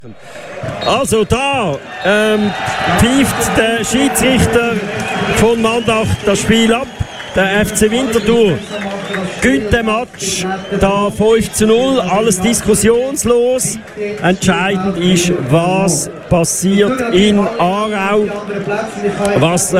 Also da pfeift der Schiedsrichter von Mandach das Spiel ab. Der FC Winterthur gewinnt den Match da 5-0, alles diskussionslos. Entscheidend ist, was passiert in Aarau. Was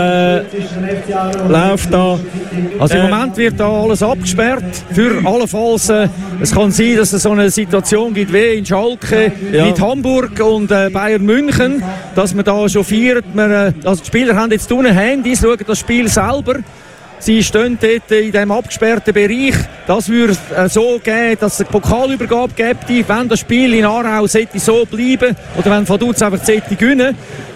läuft da? Also im Moment wird da alles abgesperrt. Für allenfalls, es kann sein, dass es so eine Situation gibt wie in Schalke mit Hamburg und Bayern München, dass man da schon feiert. Also die Spieler haben jetzt unten Handys, schauen das Spiel selber. Sie stehen dort in diesem abgesperrten Bereich. Das würde so geben, dass es eine Pokalübergabe gibt, wenn das Spiel in Aarau sollte so bleiben oder wenn Vaduz einfach gewinnen.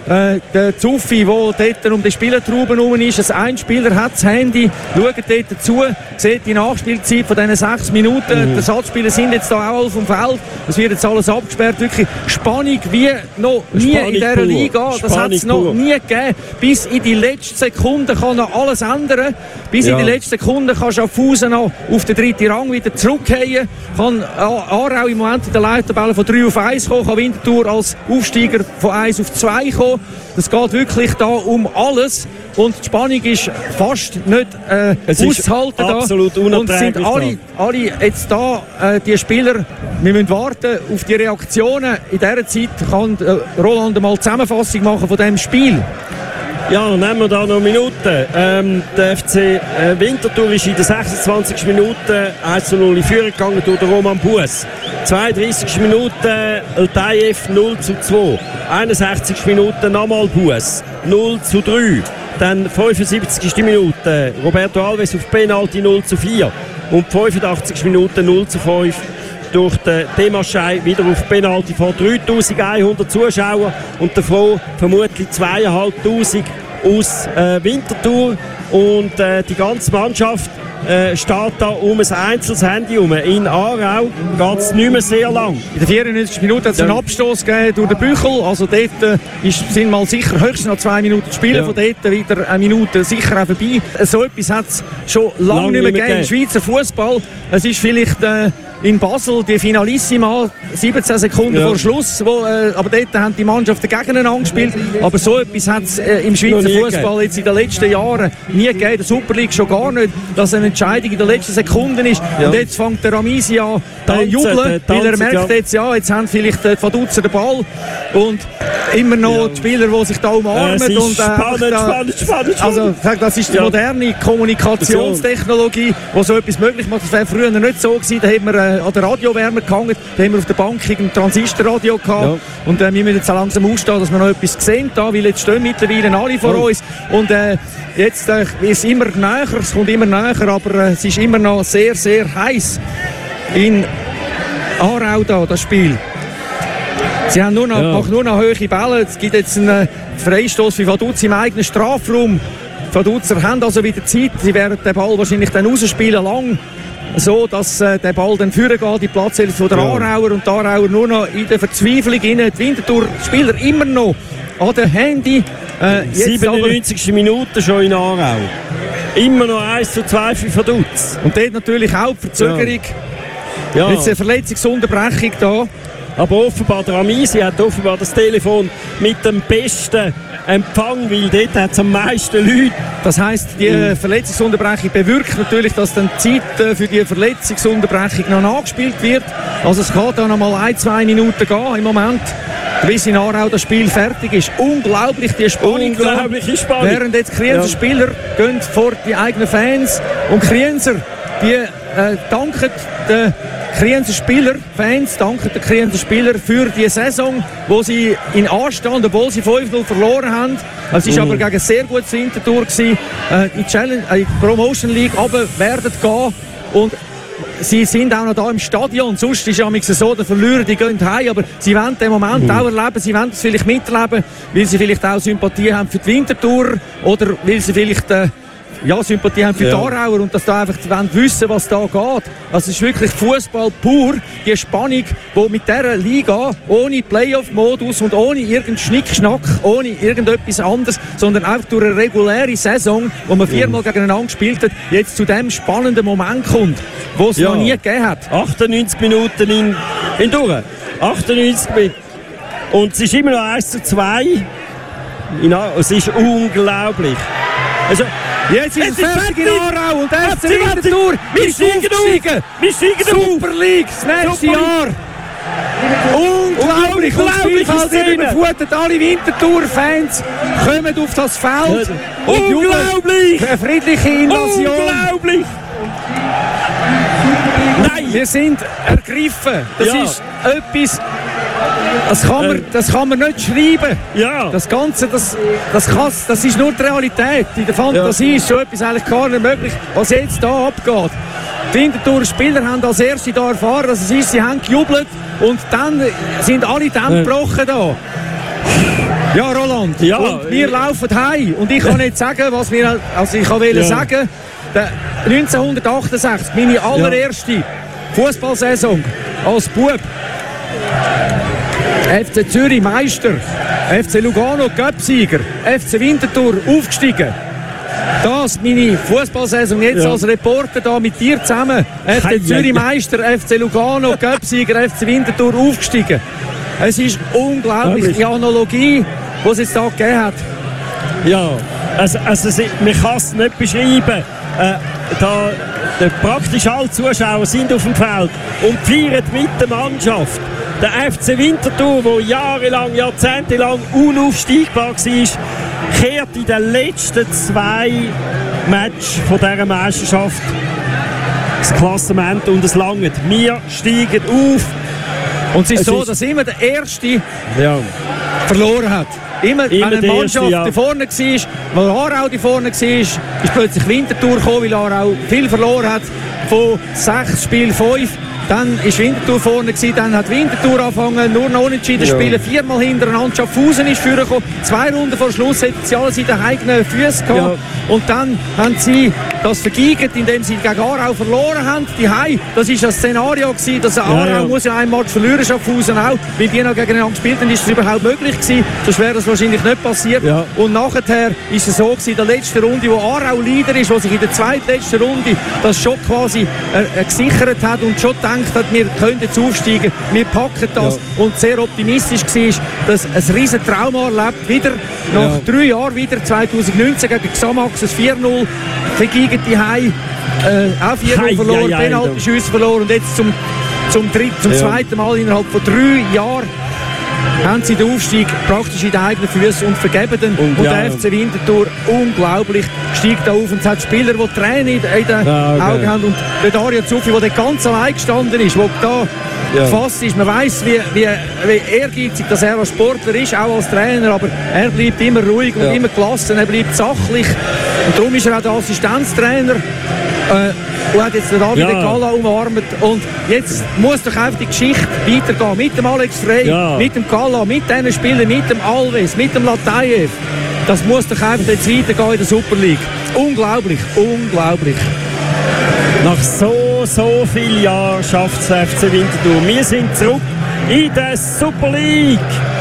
Der Zuffi, der dort um die Spielertrauben herum ist, ein Spieler hat das Handy, schaut dort dazu, sieht die Nachspielzeit von diesen 6 Minuten. Die Ersatzspieler sind jetzt da auch auf dem Feld. Es wird jetzt alles abgesperrt. Wirklich Spannung wie noch nie in dieser Liga. Das hat es noch nie gegeben. Bis in die letzte Sekunde kann noch alles ändern. Bis in die letzte Sekunde kann Schaffhausen noch auf den 3. Rang wieder zurückgehen. Kann Aarau im Moment in der Leittabelle von 3 auf 1 kommen. Kann Winterthur als Aufsteiger von 1 auf 2 kommen. Es geht wirklich da um alles und die Spannung ist fast nicht auszuhalten. Absolut unerträglich. Und sind alle jetzt da, die Spieler, wir müssen warten auf die Reaktionen. In dieser Zeit kann Roland mal Zusammenfassung machen von diesem Spiel. Ja, nehmen wir da noch Minuten. Der FC Winterthur ist in der 26. Minute 1-0 in Führung gegangen durch den Roman Buess. 32. Minute Eltayev 0-2. 61. Minute nochmal Buess 0-3. Dann 75. Minute Roberto Alves auf Penalty 0-4. Und 85. Minute 0-5. Durch den Demaschei wieder auf Penalty vor 3100 Zuschauern und davon vermutlich 2500 aus Winterthur. Und die ganze Mannschaft steht da um ein einzelnes Handy herum. In Aarau geht es nicht mehr sehr lang. In der 94. Minute hat es einen Abstoß gegeben durch den Büchel. Also dort sind mal sicher höchstens noch 2 Minuten zu spielen. Von dort wieder eine Minute sicher auch vorbei. So etwas hat es schon lange nicht mehr gegeben im Schweizer Fußball. Es ist vielleicht in Basel die Finalissima 17 Sekunden vor Schluss, aber dort haben die Mannschaften gegeneinander gespielt. Aber so etwas hat es im Schweizer Fußball jetzt in den letzten Jahren nie gegeben. In der Super League schon gar nicht, dass eine Entscheidung in den letzten Sekunden ist. Und jetzt fängt der Ramisi an jubeln, weil er merkt jetzt haben vielleicht die Vaduzer den Ball und immer noch die Spieler, die sich da umarmen. Spannend. Also das ist die moderne Kommunikationstechnologie, die so etwas möglich macht. Das wäre früher nicht so gewesen. Da haben wir an der Radiowärme gehangen, da haben wir auf der Bank ein Transistorradio gehabt. Ja. Und wir müssen jetzt langsam aufstehen, dass wir noch etwas sehen, weil jetzt stehen mittlerweile alle vor uns. Und jetzt ist es immer näher, es kommt immer näher, aber es ist immer noch sehr, sehr heiß in Aarau da, das Spiel. Sie haben machen nur noch hohe Bälle. Es gibt jetzt einen Freistoß für Vaduz im eigenen Strafraum. Die Vaduzer haben also wieder Zeit. Sie werden den Ball wahrscheinlich dann rausspielen lang, so dass der Ball dann führen geht, die Platzhälfte der Aarauer und die Aarauer nur noch in der Verzweiflung rein. Die Winterthur-Spieler immer noch an dem Handy. 97. Minute schon in Aarau. Immer noch 1-2 für Vaduz. Und dort natürlich auch die Verzögerung. Ja. Jetzt eine Verletzungsunterbrechung da. Aber offenbar der Ramisi hat offenbar das Telefon mit dem besten Empfang, weil dort hat es am meisten Leute. Das heisst, die Verletzungsunterbrechung bewirkt natürlich, dass dann die Zeit für die Verletzungsunterbrechung noch nachgespielt wird. Also es kann dann noch mal 1-2 Minuten gehen im Moment, bis in Aarau das Spiel fertig ist. Unglaublich die Spannung. Unglaubliche Spannung. Während jetzt Krienzer Spieler gehen vor die eigenen Fans und Krienzer, die danken den Krienzer Fans danken den Krienzer Spieler für die Saison, wo sie in Anstand, obwohl sie 5-0 verloren haben. Es war aber gegen ein sehr gutes Winterthur gewesen. In die Promotion League aber werden gehen und sie sind auch noch da im Stadion. Sonst ist es so, der Verlierer, die gehen heim, aber sie wollen den Moment auch erleben, sie wollen es vielleicht miterleben, weil sie vielleicht auch Sympathie haben für die Winterthur oder weil sie vielleicht Sympathie haben für die Aarauer und dass da einfach wissen, was da geht. Also es ist wirklich Fußball pur, die Spannung, die mit dieser Liga ohne Playoff-Modus und ohne irgendeinen Schnickschnack, ohne irgendetwas anderes, sondern einfach durch eine reguläre Saison, wo man 4-mal gegeneinander gespielt hat, jetzt zu dem spannenden Moment kommt, wo es noch nie gegeben hat. 98 Minuten in durch. 98 Minuten. Und es ist immer noch 1:2. Es ist unglaublich. Also, jetzt ist es fertig in Aarau und der FC Winterthur ist aufgestiegen. Wir steigen Super League, das nächste Jahr. Unglaublich. Und das Spielfeld überflutet. Alle Winterthur-Fans kommen auf das Feld. Unglaublich. Eine friedliche Invasion. Unglaublich. Nein, wir sind ergriffen. Das ist etwas... Das kann man nicht schreiben. Ja. Das Ganze, das ist nur die Realität. In der Fantasie ist so etwas eigentlich gar nicht möglich, was jetzt hier abgeht. Die Winterthurer Spieler haben als Erste da erfahren, dass es ist, sie haben gejubelt und dann sind alle Dämme gebrochen da. Ja, Roland. Ja. Und wir laufen heim. Und ich kann nicht sagen, was wir, also ich wollte sagen, 1968, meine allererste Fußballsaison als Bub. FC Zürich Meister, FC Lugano Cup-Sieger, FC Winterthur aufgestiegen. Das meine Fußballsaison jetzt als Reporter da mit dir zusammen. FC Zürich Meister, FC Lugano Cup-Sieger, FC Winterthur aufgestiegen. Es ist unglaublich, die Analogie, die es jetzt da gegeben hat. Ja, also man kann es nicht beschreiben. Praktisch alle Zuschauer sind auf dem Feld und feiern mit der Mannschaft. Der FC Winterthur, der jahrelang, jahrzehntelang unaufsteigbar war, kehrt in den letzten 2 Matches von dieser Meisterschaft das Klassement und es langt. Wir steigen auf. Und es ist so, dass immer der Erste verloren hat. Immer wenn eine Mannschaft da vorne war, weil Aarau da vorne war, ist plötzlich Winterthur gekommen, weil Aarau viel verloren hat. Von 6 Spielen 5. Dann war Winterthur vorne, dann hat Winterthur angefangen, nur noch unentschieden spielen, 4-mal hintereinander. Schaffhausen ist vorgekommen, 2 Runden vor Schluss hätten sie alles in den eigenen Füßen gehabt. Ja. Und dann haben sie das vergeigt, indem sie gegen Aarau verloren haben. Die Hai, das war das Szenario gewesen, dass Aarau muss ja einen Match verlieren, Schaffhausen auch. Weil die noch gegeneinander gespielt haben, ist es überhaupt möglich gewesen. Sonst wäre das wahrscheinlich nicht passiert. Ja. Und nachher ist es so gewesen, in der letzten Runde, wo Aarau Leader ist, wo sich in der zweitletzten Runde das schon quasi gesichert hat und schon gedacht hat, wir können jetzt aufsteigen, wir packen das und sehr optimistisch war, dass ein riesen Trauma erlebt, wieder nach 3 Jahren wieder, 2019 gegen Xamax 4-0, vergegen die Hai, auch 4-0 verloren, Penalty-Schüsse verloren und jetzt zum zweiten Mal innerhalb von 3 Jahren haben sie den Aufstieg praktisch in den eigenen Füßen und vergeben den. Und der FC Winterthur, unglaublich, steigt da auf. Und es hat Spieler, die Tränen in den Augen haben. Und der Dario Zuffi, der ganz allein gestanden ist, der da gefasst ist. Man weiss, wie ehrgeizig dass er als Sportler ist, auch als Trainer. Aber er bleibt immer ruhig und immer gelassen. Er bleibt sachlich. Und darum ist er auch der Assistenztrainer. Und hat jetzt den David Galla umarmt. Und jetzt muss doch einfach die Geschichte weitergehen. Mit dem Alex Frey, mit dem Galla, mit diesen Spielern, mit dem Alves, mit dem Latayev. Das muss doch einfach jetzt weitergehen in der Super League. Unglaublich, unglaublich. Nach so vielen Jahren schafft es der FC Winterthur. Wir sind zurück in der Super League.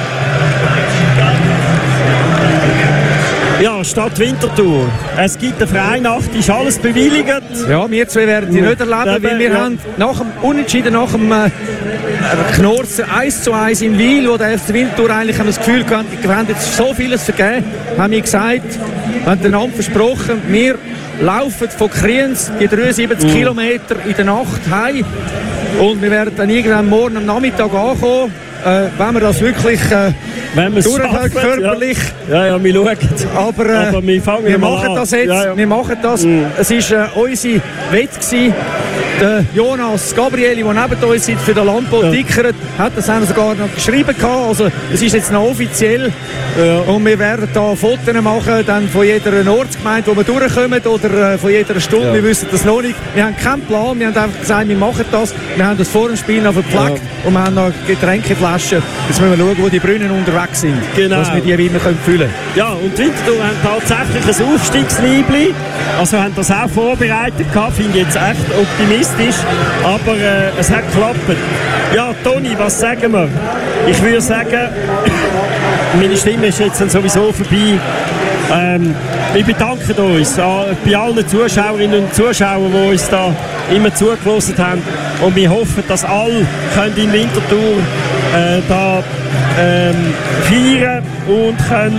Ja, Stadt Winterthur. Es gibt einen Verein, ist alles bewilligt. Ja, wir zwei werden die nicht erleben, weil wir haben nach dem Unentschieden, nach dem Knorzer 1:1 in Wil, wo der FC Winterthur eigentlich das Gefühl gehabt, wir haben jetzt so vieles vergeben, haben wir gesagt, wir haben einander versprochen, wir laufen von Kriens die 73 Kilometer in der Nacht heim und wir werden dann irgendwann morgen am Nachmittag ankommen, wenn wir das wirklich durchhalten, körperlich. Ja, wir schauen. Aber wir machen das jetzt. Ja. Wir machen das. Es war unsere Wette gewesen. Der Jonas Gabrieli, der neben uns sitzt, für den Lampo Dickert, hat das sogar noch geschrieben gehabt. Also es ist jetzt noch offiziell. Ja. Und wir werden da Fotos machen, dann von jeder Ortsgemeinde, wo wir durchkommen, oder von jeder Stunde. Ja. Wir wissen das noch nicht. Wir haben keinen Plan. Wir haben einfach gesagt, wir machen das. Wir haben das vor dem Spiel noch verpflegt und wir haben noch Getränkeflaschen. Jetzt müssen wir schauen, wo die Brunnen unterwegs sind. Genau. Dass wir die wieder füllen können. Ja, und Winterthur haben tatsächlich ein Aufstiegsliebli. Also haben das auch vorbereitet gehabt. Finde ich jetzt echt optimistisch. Aber es hat geklappt. Ja, Toni, was sagen wir? Ich würde sagen, meine Stimme ist jetzt dann sowieso vorbei. Wir bedanken uns bei allen Zuschauerinnen und Zuschauern, die uns da immer zugelassen haben. Und wir hoffen, dass alle in Winterthur da feiern und können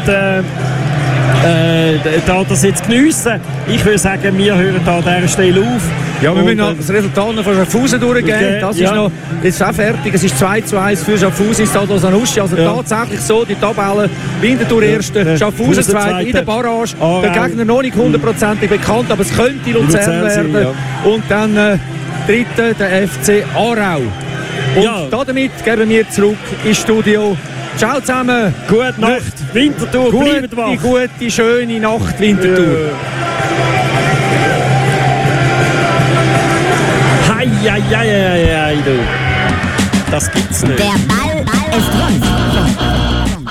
da das jetzt geniessen. Ich würde sagen, wir hören da an dieser Stelle auf. Ja, wir müssen noch das Resultat von Schaffhausen durchgehen. Das ist noch jetzt auch fertig. Es ist 2:1 für Schaffhausen, Stade Sanussi. Also tatsächlich so, die Tabelle Winterthur erste, Schaffhausen zweite in der Barrage. Der Gegner noch nicht 100%ig bekannt, aber es könnte Luzern werden. Sein, ja. Und dann dritte, der FC Aarau. Und damit geben wir zurück ins Studio. Ciao zusammen. Gute Nacht, Winterthur. Gute, schöne Nacht, Winterthur. Hei, du. Das gibt's nicht. Der Ball ist rund.